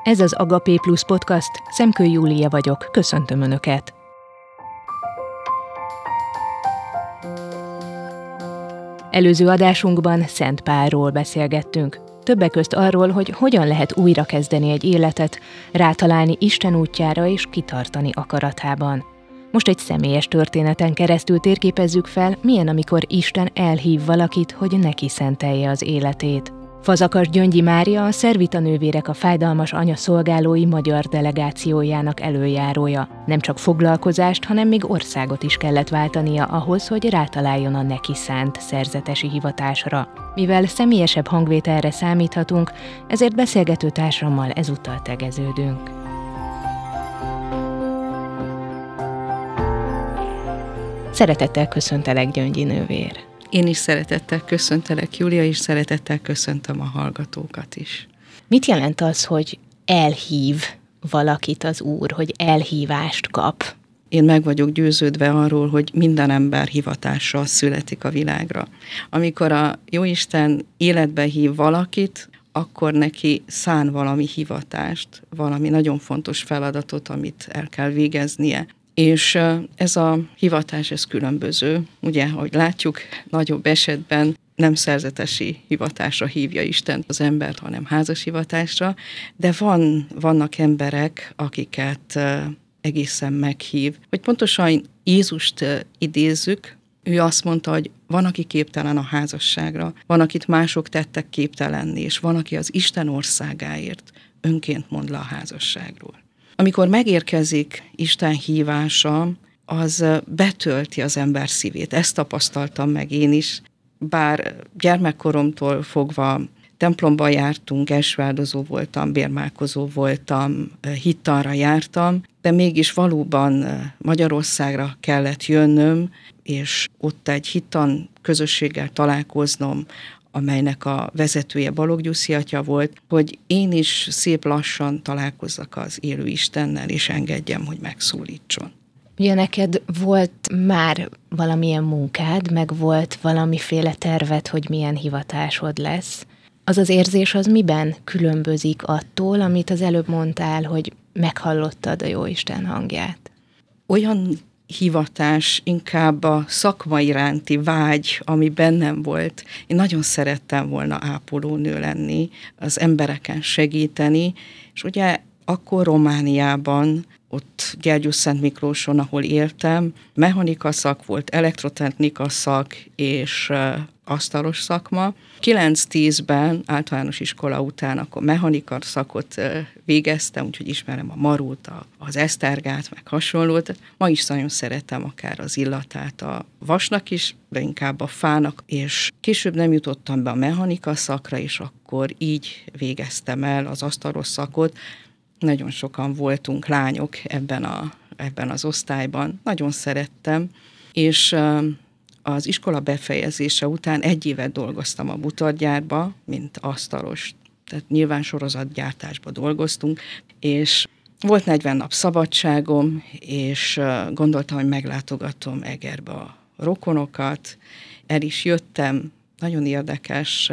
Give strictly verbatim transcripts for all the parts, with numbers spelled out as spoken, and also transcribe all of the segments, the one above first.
Ez az Agapé Plus Podcast, Szemkő Júlia vagyok, köszöntöm Önöket! Előző adásunkban Szent Pálról beszélgettünk. Többek közt arról, hogy hogyan lehet újrakezdeni egy életet, rátalálni Isten útjára és kitartani akaratában. Most egy személyes történeten keresztül térképezzük fel, milyen, amikor Isten elhív valakit, hogy neki szentelje az életét. Fazakas Gyöngyi Mária, a Szervita Nővérek a Fájdalmas Anya Szolgálói magyar delegációjának előjárója. Nem csak foglalkozást, hanem még országot is kellett váltania ahhoz, hogy rátaláljon a neki szánt szerzetesi hivatásra. Mivel személyesebb hangvételre számíthatunk, ezért beszélgető társammal ezúttal tegeződünk. Szeretettel köszöntelek, Gyöngyi nővér! Én is szeretettel köszöntelek, Júlia, és szeretettel köszöntöm a hallgatókat is. Mit jelent az, hogy elhív valakit az Úr, hogy elhívást kap? Én meg vagyok győződve arról, hogy minden ember hivatással születik a világra. Amikor a Jóisten életbe hív valakit, akkor neki szán valami hivatást, valami nagyon fontos feladatot, amit el kell végeznie. És ez a hivatás, ez különböző. Ugye, ahogy látjuk, nagyobb esetben nem szerzetesi hivatásra hívja Isten az embert, hanem házas hivatásra, de van, vannak emberek, akiket egészen meghív. Hogy pontosan Jézust idézzük, ő azt mondta, hogy van, aki képtelen a házasságra, van, akit mások tettek képtelenni, és van, aki az Isten országáért önként mond le a házasságról. Amikor megérkezik Isten hívása, az betölti az ember szívét. Ezt tapasztaltam meg én is. Bár gyermekkoromtól fogva templomba jártunk, elsőáldozó voltam, bérmálkozó voltam, hittanra jártam, de mégis valóban Magyarországra kellett jönnöm, és ott egy hittan közösséggel találkoznom, amelynek a vezetője Balogh Gyuszi atya volt, hogy én is szép lassan találkozzak az élő Istennel, és engedjem, hogy megszólítson. Ugye neked volt már valamilyen munkád, meg volt valamiféle terved, hogy milyen hivatásod lesz. Az az érzés az miben különbözik attól, amit az előbb mondtál, hogy meghallottad a Jóisten hangját? Olyan hivatás, inkább a szakma iránti vágy, ami bennem volt. Én nagyon szerettem volna ápolónő lenni, az embereken segíteni, és ugye akkor Romániában, ott Gyergyószent Miklóson, ahol éltem, mechanika szak volt, elektrotechnika szak és uh, asztalos szakma. kilenc-tízben általános iskola után akkor mechanika szakot uh, végeztem, úgyhogy ismerem a marult, az esztergát, meg hasonlót. Ma is nagyon szeretem akár az illatát a vasnak is, de inkább a fának, és később nem jutottam be a mechanika szakra, és akkor így végeztem el az asztalos szakot. Nagyon sokan voltunk lányok ebben, a, ebben az osztályban, nagyon szerettem, és az iskola befejezése után egy évet dolgoztam a bútorgyárba, mint asztalos, tehát nyilván sorozatgyártásba dolgoztunk, és volt negyven nap szabadságom, és gondoltam, hogy meglátogatom Egerbe a rokonokat, el is jöttem, nagyon érdekes,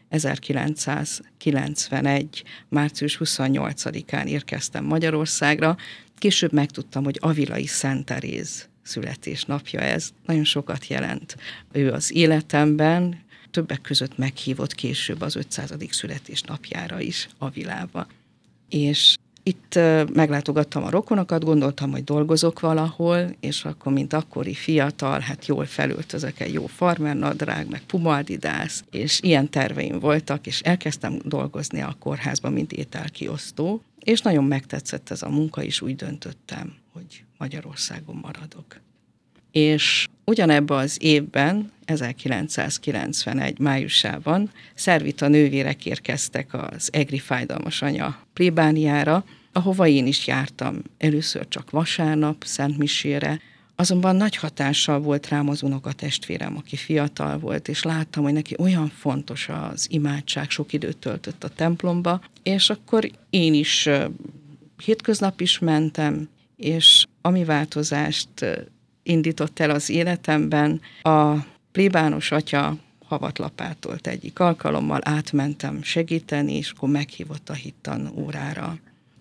ezerkilencszázkilencvenegy. március huszonnyolcadikán érkeztem Magyarországra. Később megtudtam, hogy Avilai Szent Teréz születésnapja ez. Nagyon sokat jelent ő az életemben. Többek között meghívott később az ötszázadik születésnapjára is Avilába. És itt meglátogattam a rokonokat, gondoltam, hogy dolgozok valahol, és akkor, mint akkori fiatal, hát jól felöltözök egy jó farmernadrág, meg pumadidász, és ilyen terveim voltak, és elkezdtem dolgozni a kórházban, mint ételkiosztó, és nagyon megtetszett ez a munka, és úgy döntöttem, hogy Magyarországon maradok. És ugyanebben az évben, ezerkilencszázkilencvenegy. májusában Szervita Nővérek érkeztek az Egri Fájdalmas Anya plébániára, ahova én is jártam először csak vasárnap, szentmisére, azonban nagy hatással volt rám az unokatestvérem, aki fiatal volt, és láttam, hogy neki olyan fontos az imádság, sok időt töltött a templomba, és akkor én is hétköznap is mentem, és ami változást indított el az életemben, a plébános atya havatlapátolt egyik alkalommal, átmentem segíteni, és akkor meghívott a hittan órára.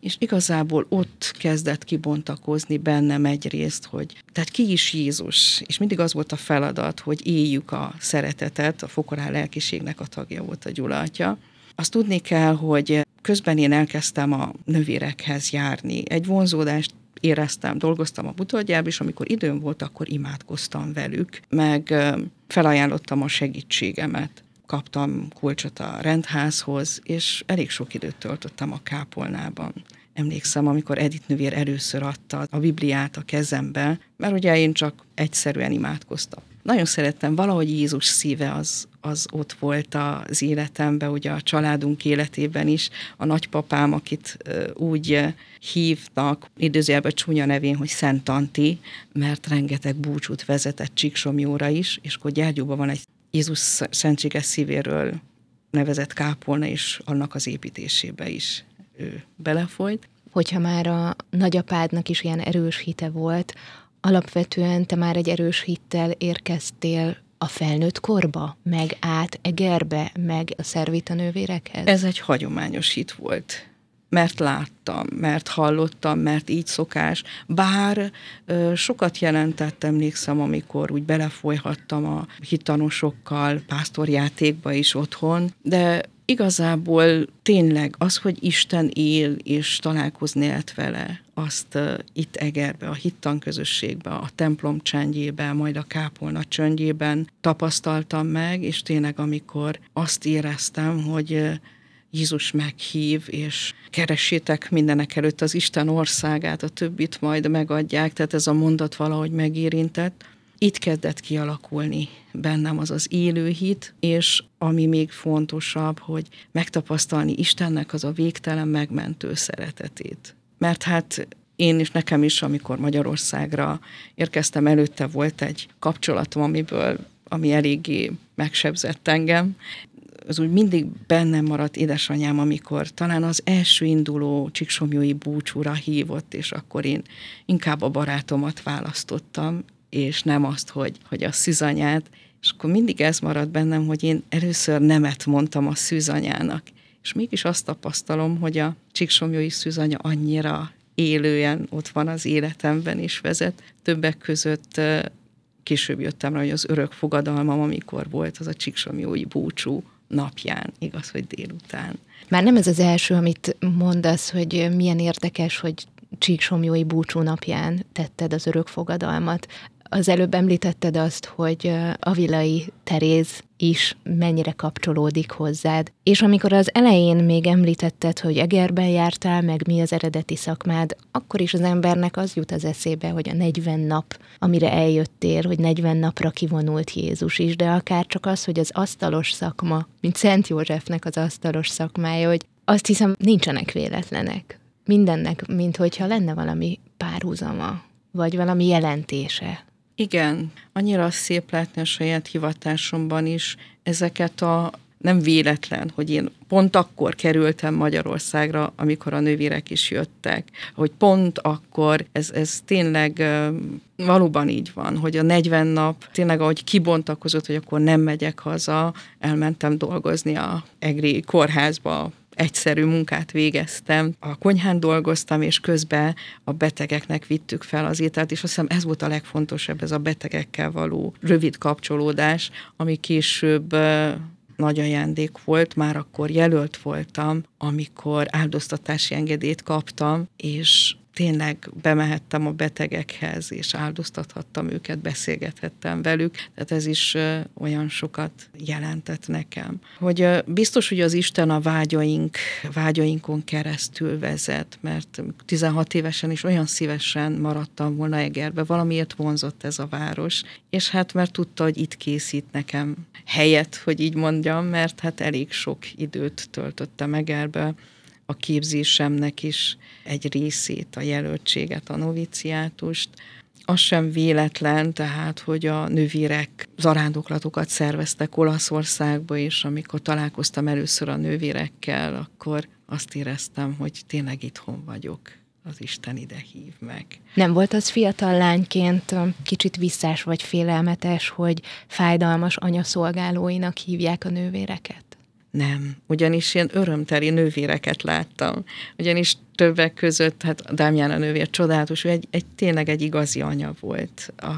és igazából ott kezdett kibontakozni bennem egyrészt, hogy tehát ki is Jézus, és mindig az volt a feladat, hogy éljük a szeretetet, a Fokorál lelkiségnek a tagja volt a Gyula atya. Azt tudni kell, hogy közben én elkezdtem a nővérekhez járni. Egy vonzódást éreztem, dolgoztam a Butagyárban, és amikor időm volt, akkor imádkoztam velük, meg felajánlottam a segítségemet. Kaptam kulcsot a rendházhoz, és elég sok időt töltöttem a kápolnában. Emlékszem, amikor Edith nővér először adta a Bibliát a kezembe, mert ugye én csak egyszerűen imádkoztam. Nagyon szerettem, valahogy Jézus szíve az, az ott volt az életemben, ugye a családunk életében is. A nagypapám, akit úgy hívnak, idézőjelben csúnya nevén, hogy Szent Anti, mert rengeteg búcsút vezetett Csíksomjóra is, és akkor Gyergyóban van egy Jézus szentséges szívéről nevezett kápolna, és annak az építésébe is ő belefolyt. Hogyha már a nagyapádnak is ilyen erős hite volt, alapvetően te már egy erős hittel érkeztél a felnőtt korba, meg át Egerbe, meg a szervita nővérekhez? Ez egy hagyományos hit volt. Mert láttam, mert hallottam, mert így szokás. Bár ö, sokat jelentett, emlékszem, amikor úgy belefolyhattam a hittanosokkal, pásztorjátékba is otthon, de igazából tényleg az, hogy Isten él, és találkozni lehet vele, azt uh, itt Egerbe, a hittan közösségbe, a templom csendjében, majd a kápolna csöndjében tapasztaltam meg, és tényleg amikor azt éreztem, hogy uh, Jézus meghív, és keressétek mindenek előtt az Isten országát, a többit majd megadják, tehát ez a mondat valahogy megérintett. Itt kezdett kialakulni bennem az az élő hit, és ami még fontosabb, hogy megtapasztalni Istennek az a végtelen megmentő szeretetét. Mert hát én is, nekem is, amikor Magyarországra érkeztem, előtte volt egy kapcsolatom, amiből, ami eléggé megsebzett engem. Az úgy mindig bennem maradt édesanyám, amikor talán az első induló csíksomjói búcsúra hívott, és akkor én inkább a barátomat választottam, és nem azt, hogy, hogy a szűzanyát. És akkor mindig ez maradt bennem, hogy én először nemet mondtam a szűzanyának. És mégis azt tapasztalom, hogy a csíksomjói szűzanya annyira élően ott van az életemben is vezet. Többek között később jöttem rá, hogy az örök fogadalmam, amikor volt, az a csíksomjói búcsú napján, igaz, hogy délután. Már nem ez az első, amit mondasz, hogy milyen érdekes, hogy csíksomjói búcsú napján tetted az örök fogadalmat. Az előbb említetted azt, hogy Avilai Teréz is mennyire kapcsolódik hozzád. És amikor az elején még említetted, hogy Egerben jártál, meg mi az eredeti szakmád, akkor is az embernek az jut az eszébe, hogy a negyven nap, amire eljöttél, hogy negyven napra kivonult Jézus is, de akár csak az, hogy az asztalos szakma, mint Szent Józsefnek az asztalos szakmája, hogy azt hiszem nincsenek véletlenek. Mindennek, mint hogyha lenne valami párhuzama, vagy valami jelentése. Igen, annyira szép látni a saját hivatásomban is ezeket a nem véletlen, hogy én pont akkor kerültem Magyarországra, amikor a nővérek is jöttek, hogy pont akkor, ez, ez tényleg valóban így van, hogy a negyven nap tényleg ahogy kibontakozott, hogy akkor nem megyek haza, elmentem dolgozni a egri kórházba, egyszerű munkát végeztem, a konyhán dolgoztam, és közben a betegeknek vittük fel az ételt, és azt hiszem ez volt a legfontosabb, ez a betegekkel való rövid kapcsolódás, ami később nagy ajándék volt, már akkor jelölt voltam, amikor áldoztatási engedélyt kaptam, és tényleg bemehettem a betegekhez, és áldoztathattam őket, beszélgethettem velük, tehát ez is olyan sokat jelentett nekem. Hogy biztos, hogy az Isten a vágyaink, vágyainkon keresztül vezet, mert tizenhat évesen is olyan szívesen maradtam volna Egerbe, valamiért vonzott ez a város, és hát mert tudta, hogy itt készít nekem helyet, hogy így mondjam, mert hát elég sok időt töltöttem Egerbe, a képzésemnek is egy részét, a jelöltséget, a noviciátust. Az sem véletlen, tehát, hogy a nővérek zarándoklatokat szerveztek Olaszországba, és amikor találkoztam először a nővérekkel, akkor azt éreztem, hogy tényleg itthon vagyok. Az Isten ide hív meg. Nem volt az fiatal lányként kicsit visszás vagy félelmetes, hogy fájdalmas anyaszolgálóinak hívják a nővéreket? Nem, ugyanis én örömteli nővéreket láttam. Ugyanis többek között, hát Dámján a nővér csodálatos, ő egy, egy, tényleg egy igazi anya volt a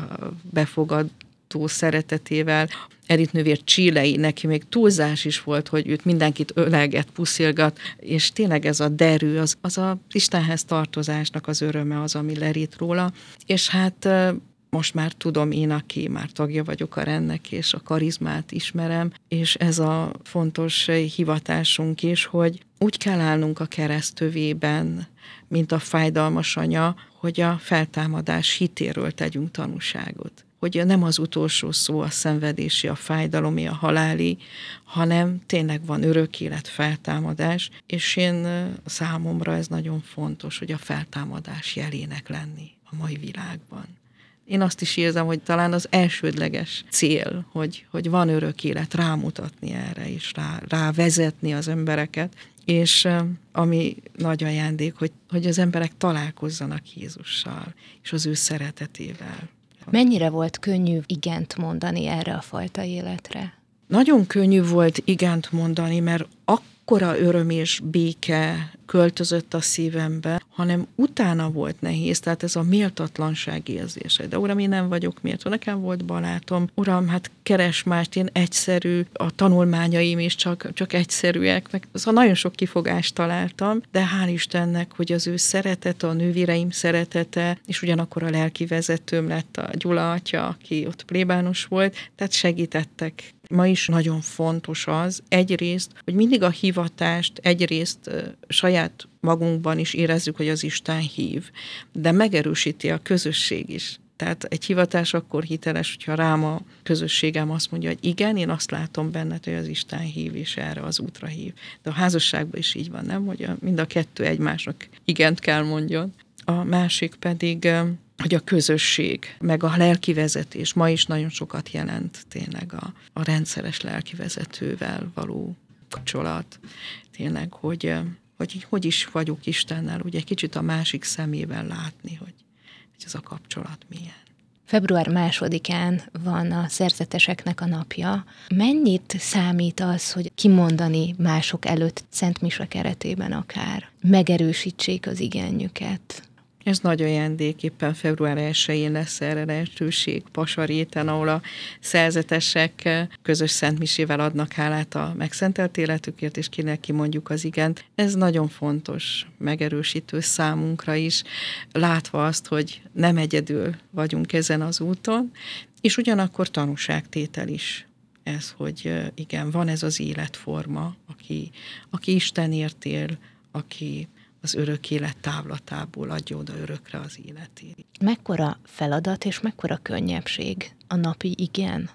befogadó szeretetével. Edith nővér chilei, neki még túlzás is volt, hogy őt mindenkit ölelget, puszilgat, és tényleg ez a derű, az, az a Istenhez tartozásnak az öröme az, ami lerít róla. És hát most már tudom én, aki már tagja vagyok a rendnek, és a karizmát ismerem, és ez a fontos hivatásunk is, hogy úgy kell állnunk a keresztövében, mint a fájdalmas anya, hogy a feltámadás hitéről tegyünk tanúságot. Hogy nem az utolsó szó a szenvedési, a fájdalomi, a haláli, hanem tényleg van örök élet, feltámadás, és én számomra ez nagyon fontos, hogy a feltámadás jelének lenni a mai világban. Én azt is érzem, hogy talán az elsődleges cél, hogy, hogy van örök élet, rámutatni erre, és rá, rávezetni az embereket, és ami nagy ajándék, hogy, hogy az emberek találkozzanak Jézussal, és az ő szeretetével. Mennyire volt könnyű igent mondani erre a fajta életre? Nagyon könnyű volt igent mondani, mert akkora öröm és béke költözött a szívembe, hanem utána volt nehéz, tehát ez a méltatlanság érzése. De Uram, én nem vagyok méltó, nekem volt barátom. Uram, hát keres mást, én egyszerű, a tanulmányaim is csak, csak egyszerűek, meg szóval nagyon sok kifogást találtam, de hál' Istennek, hogy az ő szeretete, a nővéreim szeretete, és ugyanakkor a lelki vezetőm lett a Gyula atya, aki ott plébános volt, tehát segítettek. Ma is nagyon fontos az, egyrészt, hogy mindig a hivatást egyrészt uh, saját magunkban is érezzük, hogy az Isten hív, de megerősíti a közösség is. Tehát egy hivatás akkor hiteles, hogyha rám a közösségem azt mondja, hogy igen, én azt látom benned, hogy az Isten hív, és erre az útra hív. De a házasságban is így van, nem? Hogy a, mind a kettő egymásnak igent kell mondjon. A másik pedig, hogy a közösség, meg a lelkivezetés ma is nagyon sokat jelent tényleg a, a rendszeres lelkivezetővel való kapcsolat. Tényleg, hogy, hogy hogy is vagyok Istennel, ugye egy kicsit a másik szemével látni, hogy ez a kapcsolat milyen. Február másodikán van a szerzeteseknek a napja. Mennyit számít az, hogy kimondani mások előtt Szent Mise keretében akár? Megerősítsék az igényüket? Ez nagy ajándék, éppen február elsején lesz erre lehetőség Pasaréten, ahol a szerzetesek közös szentmisével adnak hálát a megszentelt életükért, és kinek kimondjuk az igent. Ez nagyon fontos, megerősítő számunkra is, látva azt, hogy nem egyedül vagyunk ezen az úton, és ugyanakkor tanúságtétel is. Ez, hogy igen, van ez az életforma, aki, aki Istenért él, aki az örök élet távlatából adja oda örökre az életét. Mekkora feladat és mekkora könnyebbség a napi igen?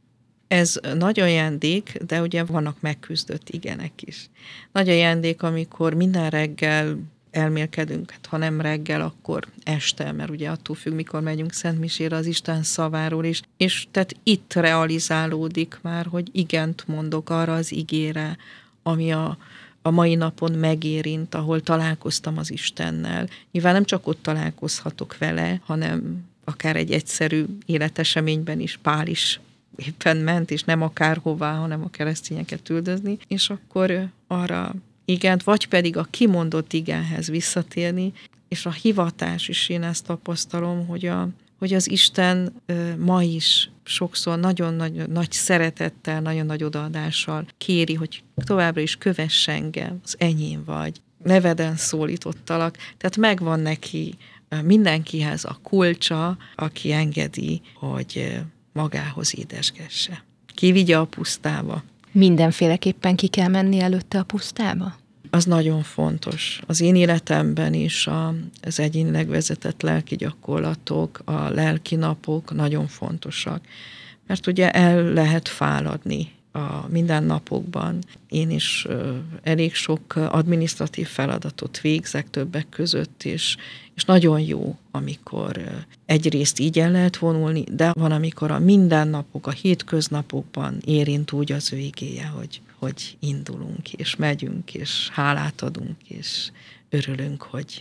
Ez nagy ajándék, de ugye vannak megküzdött igenek is. Nagy ajándék, amikor minden reggel elmélkedünk, hát ha nem reggel, akkor este, mert ugye attól függ, mikor megyünk szentmisére az Isten szaváról is, és tehát itt realizálódik már, hogy igent mondok arra az igére, ami a a mai napon megérint, ahol találkoztam az Istennel. Nyilván nem csak ott találkozhatok vele, hanem akár egy egyszerű életeseményben is, Pál is éppen ment, és nem akárhová, hanem a keresztényeket üldözni, és akkor arra igent, vagy pedig a kimondott igenhez visszatérni, és a hivatás is, én ezt tapasztalom, hogy, a, hogy az Isten ma is sokszor nagyon nagy, nagy szeretettel, nagyon nagy odaadással kéri, hogy továbbra is kövess engem, az enyém vagy, neveden szólítottalak. Tehát megvan neki mindenkihez a kulcsa, aki engedi, hogy magához édesgesse. Kivigye a pusztába. Mindenféleképpen ki kell menni előtte a pusztába? Az nagyon fontos. Az én életemben is a, az egyénileg vezetett lelki gyakorlatok, a lelki napok nagyon fontosak. Mert ugye el lehet fáradni a mindennapokban. Én is uh, elég sok adminisztratív feladatot végzek többek között, és, és nagyon jó, amikor uh, egyrészt így el lehet vonulni, de van, amikor a mindennapok, a hétköznapokban érint úgy az ő igéje, hogy, hogy indulunk, és megyünk, és hálát adunk, és örülünk, hogy,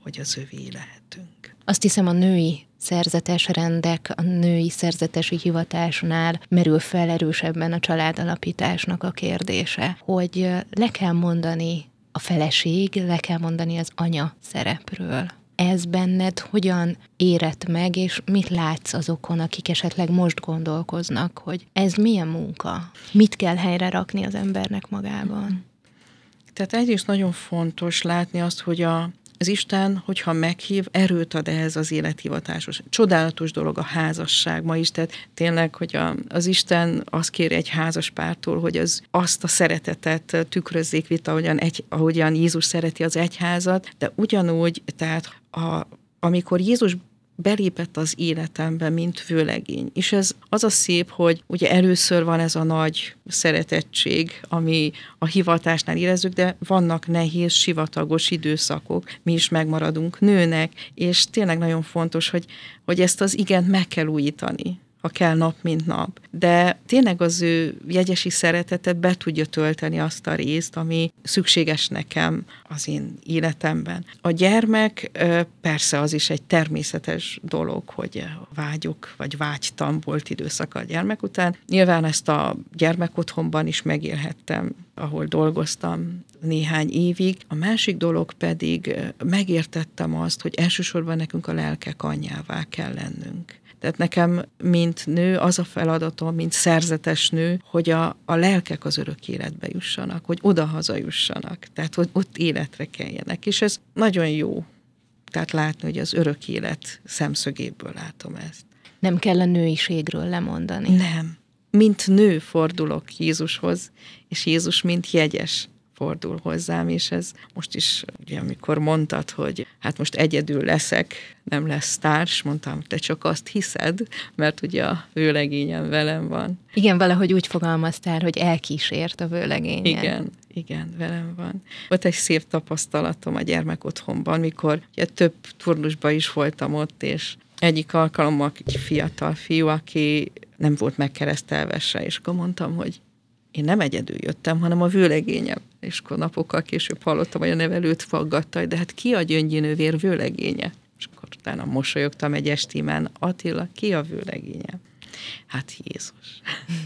hogy az övé lehetünk. Azt hiszem, a női szerzetes rendek, a női szerzetesi hivatásnál merül fel erősebben a családalapításnak a kérdése, hogy le kell mondani a feleség, le kell mondani az anya szerepről. Ez benned hogyan érett meg, és mit látsz azokon, akik esetleg most gondolkoznak, hogy ez milyen munka? Mit kell helyre rakni az embernek magában? Tehát egyrészt nagyon fontos látni azt, hogy a az Isten, hogyha meghív, erőt ad ehhez az élethivatáshoz. Csodálatos dolog a házasság ma is, tehát tényleg, hogy a, az Isten azt kéri egy házaspártól, hogy az azt a szeretetet tükrözzék vita, ahogyan, egy, ahogyan Jézus szereti az egyházat, de ugyanúgy, tehát a, amikor Jézus belépett az életembe, mint vőlegény. És ez az a szép, hogy ugye először van ez a nagy szeretettség, ami a hivatásnál érezzük, de vannak nehéz, sivatagos időszakok, mi is megmaradunk nőnek, és tényleg nagyon fontos, hogy, hogy ezt az igent meg kell újítani, ha kell nap, mint nap. De tényleg az ő jegyesi szeretete be tudja tölteni azt a részt, ami szükséges nekem az én életemben. A gyermek persze az is egy természetes dolog, hogy vágyok, vagy vágytam, volt időszak a gyermek után. Nyilván ezt a gyermekotthonban is megélhettem, ahol dolgoztam néhány évig. A másik dolog pedig megértettem azt, hogy elsősorban nekünk a lelkek anyjává kell lennünk. Tehát nekem, mint nő, az a feladatom, mint szerzetes nő, hogy a, a lelkek az örök életbe jussanak, hogy odahaza jussanak, tehát hogy ott életre keljenek. És ez nagyon jó, tehát látni, hogy az örök élet szemszögéből látom ezt. Nem kell a nőiségről lemondani. Nem. Mint nő fordulok Jézushoz, és Jézus mint jegyes fordul hozzám, és ez most is, ugye, amikor mondtad, hogy hát most egyedül leszek, nem lesz társ, mondtam, te csak azt hiszed, mert ugye a vőlegényem velem van. Igen, valahogy úgy fogalmaztál, hogy elkísért a vőlegényen. Igen, igen, velem van. Volt egy szép tapasztalatom a gyermekotthonban, mikor ugye több turnusban is voltam ott, és egyik alkalommal egy fiatal fiú, aki nem volt megkeresztelve se, és akkor mondtam, hogy én nem egyedül jöttem, hanem a vőlegényem. És akkor napokkal később hallottam, hogy a nevelőt faggatta, de hát ki a gyöngyinővér vőlegénye? És akkor utána mosolyogtam egy estímen, Attila, ki a vőlegénye? Hát Jézus.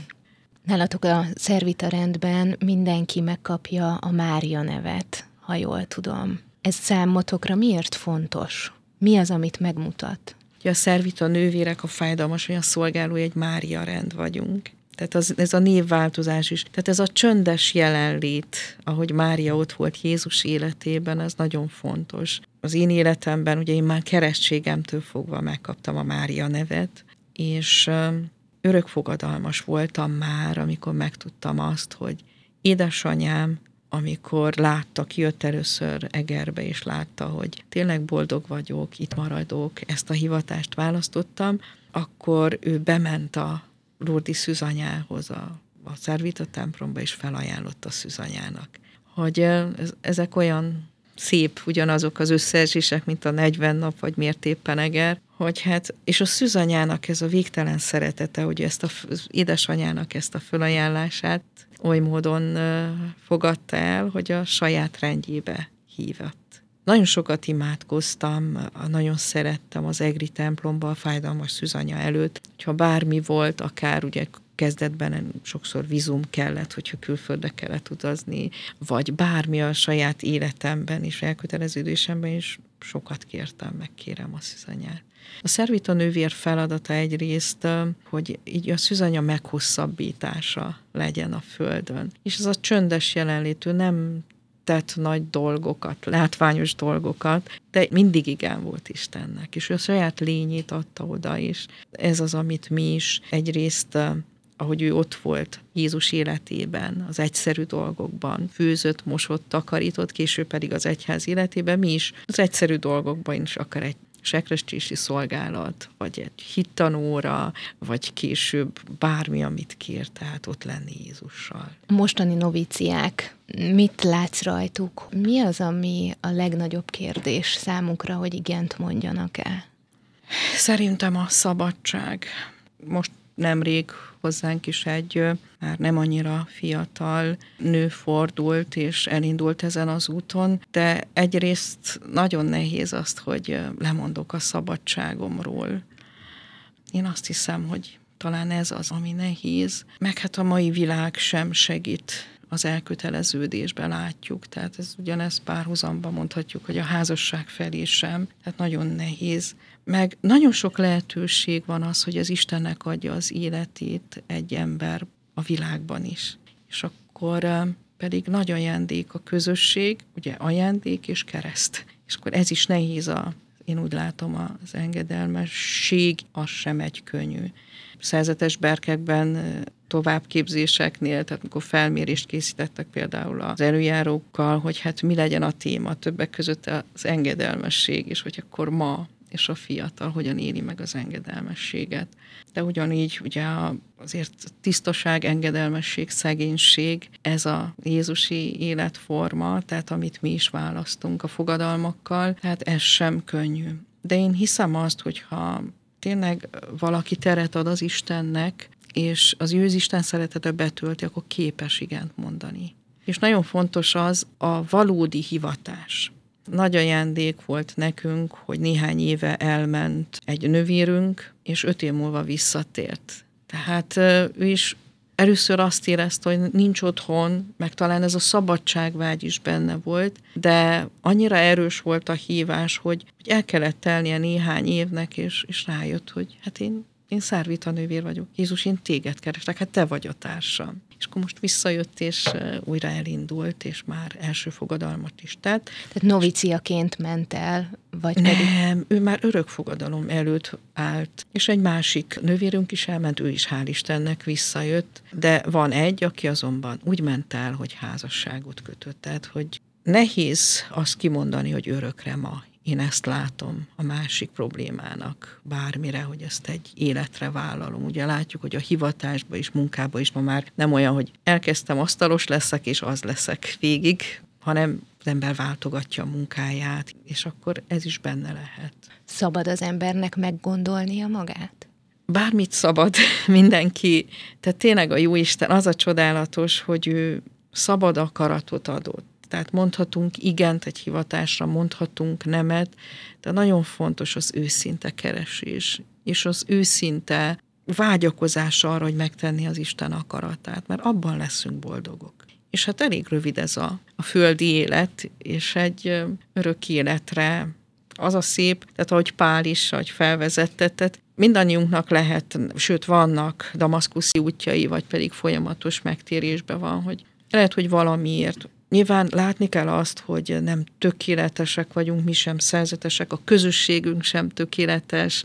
Nálatok a szervita rendben mindenki megkapja a Mária nevet, ha jól tudom. Ez számotokra miért fontos? Mi az, amit megmutat? A szervita nővérek, a fájdalmas olyan szolgálói, egy Mária rend vagyunk. Tehát az, ez a névváltozás is. Tehát ez a csöndes jelenlét, ahogy Mária ott volt Jézus életében, az nagyon fontos. Az én életemben, ugye én már keresztségemtől fogva megkaptam a Mária nevet, és örökfogadalmas voltam már, amikor megtudtam azt, hogy édesanyám, amikor látta, kijött először Egerbe, és látta, hogy tényleg boldog vagyok, itt maradok, ezt a hivatást választottam, akkor ő bement a Lourdes szűzanyához a, a szervita templomba, és felajánlott a szűzanyának. Hogy ez, ezek olyan szép, ugyanazok az összeesések, mint a negyven nap, vagy miért éppen Eger, hogy hát, és a szűzanyának ez a végtelen szeretete, hogy ezt a, az édesanyának ezt a felajánlását oly módon uh, fogadta el, hogy a saját rendjébe hívott. Nagyon sokat imádkoztam, nagyon szerettem az egri templomba a fájdalmas szűzanya előtt. Ha bármi volt, akár ugye kezdetben sokszor vízum kellett, hogyha külföldre kellett utazni, vagy bármi a saját életemben és elköteleződésemben is sokat kértem, megkérem a szűzanyát. A szervita nővér feladata egyrészt, hogy így a szűzanya meghosszabbítása legyen a földön. És ez a csöndes jelenlétű nem tett nagy dolgokat, látványos dolgokat, de mindig igen volt Istennek, és ő a saját lényét adta oda is. Ez az, amit mi is egyrészt, ahogy ő ott volt Jézus életében, az egyszerű dolgokban, főzött, mosott, takarított, később pedig az egyház életében, mi is az egyszerű dolgokban is, akár egy sekrestési szolgálat, vagy egy hittanóra, vagy később bármi, amit kér, tehát ott lenni Jézussal. A mostani noviciák, mit látsz rajtuk? Mi az, ami a legnagyobb kérdés számukra, hogy igent mondjanak el? Szerintem a szabadság. Most nemrég hozzánk is egy már nem annyira fiatal nő fordult, és elindult ezen az úton, de egyrészt nagyon nehéz azt, hogy lemondok a szabadságomról. Én azt hiszem, hogy talán ez az, ami nehéz, meg hát a mai világ sem segít az elköteleződésben, látjuk, tehát ez ugyanez párhuzamban mondhatjuk, hogy a házasság felé sem, tehát nagyon nehéz. Meg nagyon sok lehetőség van az, hogy az Istennek adja az életét egy ember a világban is. És akkor pedig nagy ajándék a közösség, ugye ajándék és kereszt. És akkor ez is nehéz, a, én úgy látom, az engedelmesség, az sem egy könnyű. Szerzetes berkekben továbbképzéseknél, tehát amikor felmérést készítettek például az előjárókkal, hogy hát mi legyen a téma, többek között az engedelmesség, és hogy akkor ma és a fiatal hogyan éli meg az engedelmességet. De ugyanígy ugye azért tisztaság, engedelmesség, szegénység, ez a jézusi életforma, tehát amit mi is választunk a fogadalmakkal, tehát ez sem könnyű. De én hiszem azt, hogyha tényleg valaki teret ad az Istennek, és az ő Isten szeretete betölti, akkor képes igent mondani. És nagyon fontos az a valódi hivatás. Nagy ajándék volt nekünk, hogy néhány éve elment egy nővérünk, és öt év múlva visszatért. Tehát ő is először azt érezte, hogy nincs otthon, meg talán ez a szabadságvágy is benne volt, de annyira erős volt a hívás, hogy, hogy el kellett telnie néhány évnek, és, és rájött, hogy hát én, én Szárvita nővér vagyok. Jézus, én téged kerestek, hát te vagy a társam. És akkor most visszajött, és újra elindult, és már első fogadalmat is tett. Tehát noviciaként ment el, vagy Nem, pedig... ő már örök fogadalom előtt állt, és egy másik nővérünk is elment, ő is hál' Istennek visszajött, de van egy, aki azonban úgy ment el, hogy házasságot kötött, tehát hogy nehéz azt kimondani, hogy örökre ma. Én ezt látom a másik problémának, bármire, hogy ezt egy életre vállalom. Ugye látjuk, hogy a hivatásban is, munkában is ma már nem olyan, hogy elkezdtem asztalos leszek, és az leszek végig, hanem az ember váltogatja a munkáját, és akkor ez is benne lehet. Szabad az embernek meggondolnia magát? Bármit szabad mindenki. Tehát tényleg a Jóisten az a csodálatos, hogy ő szabad akaratot adott. Tehát mondhatunk igent egy hivatásra, mondhatunk nemet, de nagyon fontos az őszinte keresés, és az őszinte vágyakozás arra, hogy megtenni az Isten akaratát, mert abban leszünk boldogok. És hát elég rövid ez a, a földi élet, és egy örök életre az a szép, tehát ahogy Pál is, ahogy felvezettetett, mindannyiunknak lehet, sőt vannak damaszkuszi útjai, vagy pedig folyamatos megtérésben van, hogy lehet, hogy valamiért. Nyilván látni kell azt, hogy nem tökéletesek vagyunk, mi sem szerzetesek, a közösségünk sem tökéletes,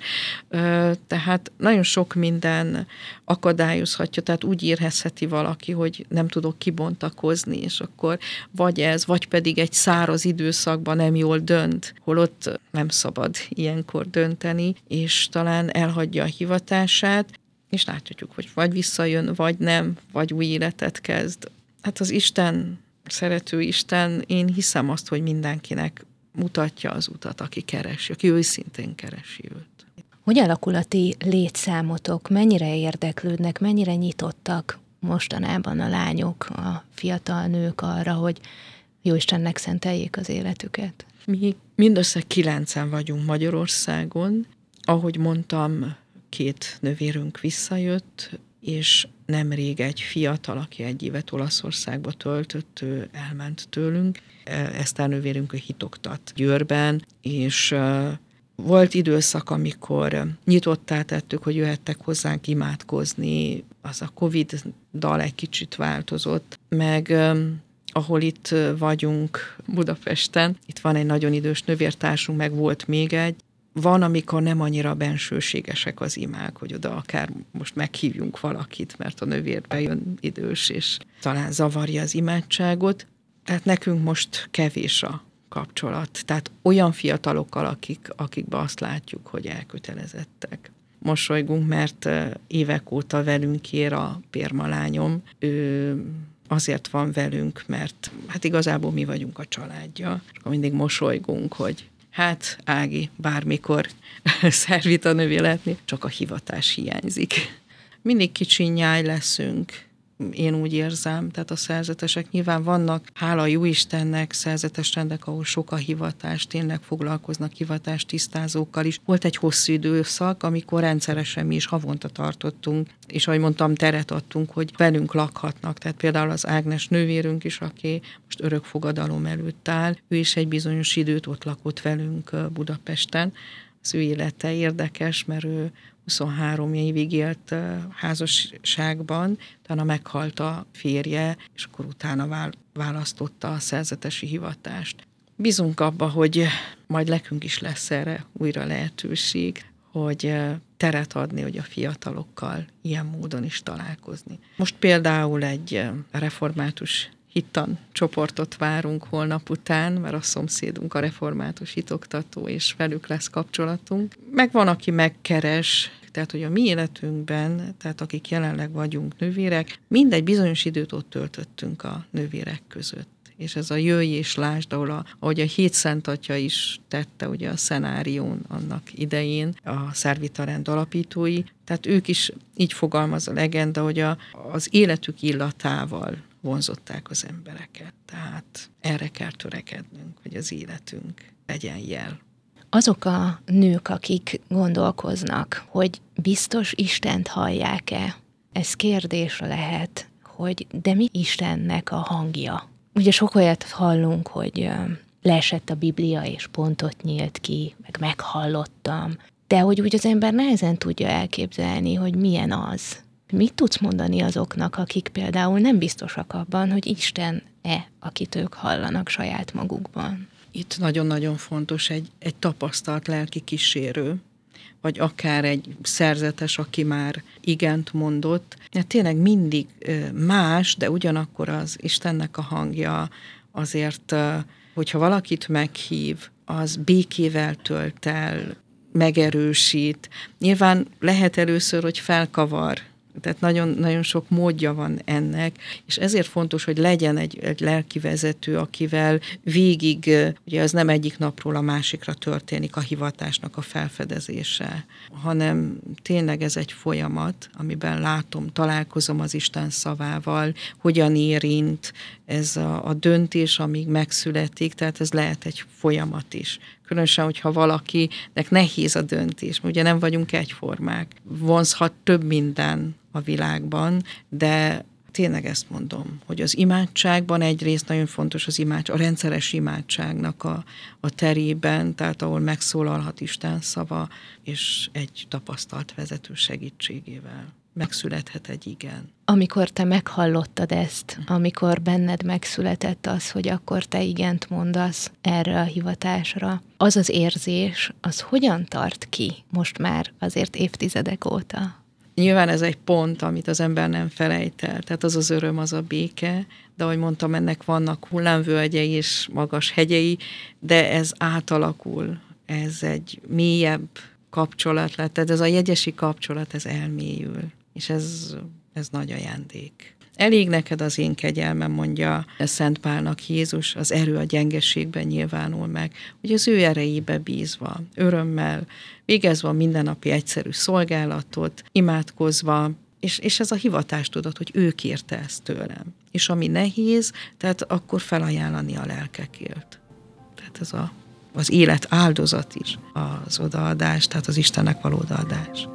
tehát nagyon sok minden akadályozhatja, tehát úgy érezheti valaki, hogy nem tudok kibontakozni, és akkor vagy ez, vagy pedig egy száraz időszakban nem jól dönt, holott nem szabad ilyenkor dönteni, és talán elhagyja a hivatását, és láthatjuk, hogy vagy visszajön, vagy nem, vagy új életet kezd. Hát az Isten, szerető Isten, én hiszem azt, hogy mindenkinek mutatja az utat, aki keresi, aki őszintén keresi őt. Hogy alakul a ti létszámotok? Mennyire érdeklődnek, mennyire nyitottak mostanában a lányok, a fiatal nők arra, hogy Jóistennek szenteljék az életüket? Mi mindössze kilencen vagyunk Magyarországon. Ahogy mondtam, két nővérünk visszajött, és nemrég egy fiatal, aki egy évet Olaszországba töltött, ő elment tőlünk. Eszter nővérünk hitoktat Győrben, és volt időszak, amikor nyitottá tettük, hogy jöhettek hozzánk imádkozni, az a Covid-dal egy kicsit változott, meg ahol itt vagyunk Budapesten, itt van egy nagyon idős nővértársunk, meg volt még egy. Van, amikor nem annyira bensőségesek az imák, hogy oda akár most meghívjunk valakit, mert a nővér bejön idős, és talán zavarja az imádságot. Tehát nekünk most kevés a kapcsolat. Tehát olyan fiatalokkal, akik, akikben azt látjuk, hogy elkötelezettek. Mosolygunk, mert évek óta velünk ér a Pérma lányom. Ő azért van velünk, mert hát igazából mi vagyunk a családja. És akkor mindig mosolygunk, hogy hát Ági bármikor Szárvita nővé lehetni, csak a hivatás hiányzik. mindig kicsi nyáj leszünk, én úgy érzem, tehát a szerzetesek nyilván vannak, hála a Jóistennek, szerzetes rendek, ahol sok a hivatás, tényleg foglalkoznak hivatástisztázókkal is. Volt egy hosszú időszak, amikor rendszeresen mi is havonta tartottunk, és ahogy mondtam, teret adtunk, hogy velünk lakhatnak. Tehát például az Ágnes nővérünk is, aki most örök fogadalom előtt áll, ő is egy bizonyos időt ott lakott velünk Budapesten. Az ő élete érdekes, mert ő huszonhárom évig élt házasságban, utána meghalt a férje, és akkor utána választotta a szerzetesi hivatást. Bízunk abba, hogy majd nekünk is lesz erre újra lehetőség, hogy teret adni, hogy a fiatalokkal ilyen módon is találkozni. Most például egy református hittan csoportot várunk holnap után, mert a szomszédunk a református hitoktató, és velük lesz kapcsolatunk. Meg van, aki megkeres, tehát, hogy a mi életünkben, tehát akik jelenleg vagyunk nővérek, mindegy bizonyos időt ott töltöttünk a nővérek között. És ez a jöjj és lásd, ahol a, ahogy a hét szent atya is tette, ugye a szenárión annak idején, a szervitarend alapítói, tehát ők is így fogalmaz a legenda, hogy a, az életük illatával vonzották az embereket. Tehát erre kell törekednünk, hogy az életünk legyen jel. Azok a nők, akik gondolkoznak, hogy biztos Istent hallják-e, ez kérdés lehet, hogy de mi Istennek a hangja? Ugye sok olyat hallunk, hogy leesett a Biblia és pontot nyílt ki, meg meghallottam, de hogy úgy az ember nehezen tudja elképzelni, hogy milyen az. Mit tudsz mondani azoknak, akik például nem biztosak abban, hogy Isten-e, akit ők hallanak saját magukban? Itt nagyon-nagyon fontos egy, egy tapasztalt lelki kísérő, vagy akár egy szerzetes, aki már igent mondott. Tényleg mindig más, de ugyanakkor az Istennek a hangja azért, hogyha valakit meghív, az békével tölt el, megerősít. Nyilván lehet először, hogy felkavar, tehát nagyon, nagyon sok módja van ennek, és ezért fontos, hogy legyen egy, egy lelki vezető, akivel végig, ugye ez nem egyik napról a másikra történik a hivatásnak a felfedezése, hanem tényleg ez egy folyamat, amiben látom, találkozom az Isten szavával, hogyan érint ez a, a döntés, amíg megszületik, tehát ez lehet egy folyamat is. Különösen, hogyha valakinek nehéz a döntés, mert ugye nem vagyunk egyformák. Vonzhat több minden a világban, de tényleg ezt mondom, hogy az imádságban egyrészt nagyon fontos az imádság, a rendszeres imádságnak a, a terében, tehát ahol megszólalhat Isten szava, és egy tapasztalt vezető segítségével megszülethet egy igen. Amikor te meghallottad ezt, amikor benned megszületett az, hogy akkor te igent mondasz erre a hivatásra, az az érzés, az hogyan tart ki most már azért évtizedek óta? Nyilván ez egy pont, amit az ember nem felejt el, tehát az az öröm, az a béke, de ahogy mondtam, ennek vannak hullámvölgyei és magas hegyei, de ez átalakul, ez egy mélyebb kapcsolat lett, tehát ez a jegyesi kapcsolat, ez elmélyül, és ez, ez nagy ajándék. Elég neked az én kegyelmem, mondja Szent Pálnak Jézus, az erő a gyengeségben nyilvánul meg, hogy az ő erejébe bízva, örömmel, végezve a mindennapi egyszerű szolgálatot, imádkozva, és, és ez a hivatás tudod, hogy ő kérte ezt tőlem. És ami nehéz, tehát akkor felajánlani a lelkekért. Tehát ez a, az élet áldozat is, az odaadás, tehát az Istennek való odaadás.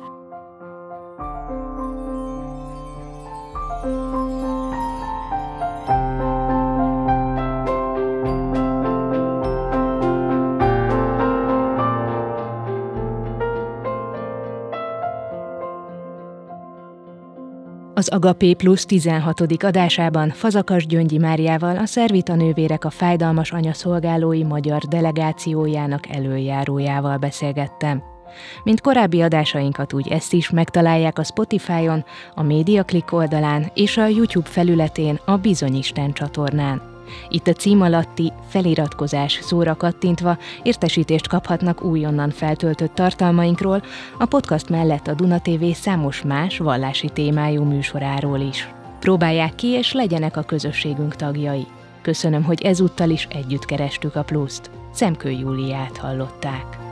Az Agapé Plusz tizenhatodik adásában Fazakas Gyöngyi Máriával, a Szervita Nővérek a Fájdalmas Anya Szolgálói magyar delegációjának elöljárójával beszélgettem. Mint korábbi adásainkat, úgy ezt is megtalálják a Spotify-on, a MediaClick oldalán és a YouTube felületén, a Bizonyisten csatornán. Itt a cím alatti feliratkozás szóra kattintva értesítést kaphatnak újonnan feltöltött tartalmainkról, a podcast mellett a Duna té vé számos más vallási témájú műsoráról is. Próbálják ki, és legyenek a közösségünk tagjai. Köszönöm, hogy ezúttal is együtt kerestük a pluszt. Szemkő Júliát hallották.